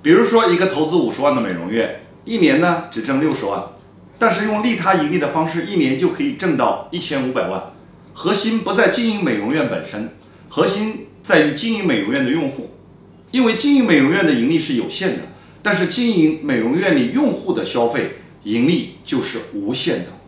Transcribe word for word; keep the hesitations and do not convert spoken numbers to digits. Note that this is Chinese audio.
比如说一个投资五十万的美容院，一年呢只挣六十万，但是用利他盈利的方式，一年就可以挣到一千五百万。核心不在经营美容院本身，核心在于经营美容院的用户。因为经营美容院的盈利是有限的，但是经营美容院里用户的消费盈利就是无限的。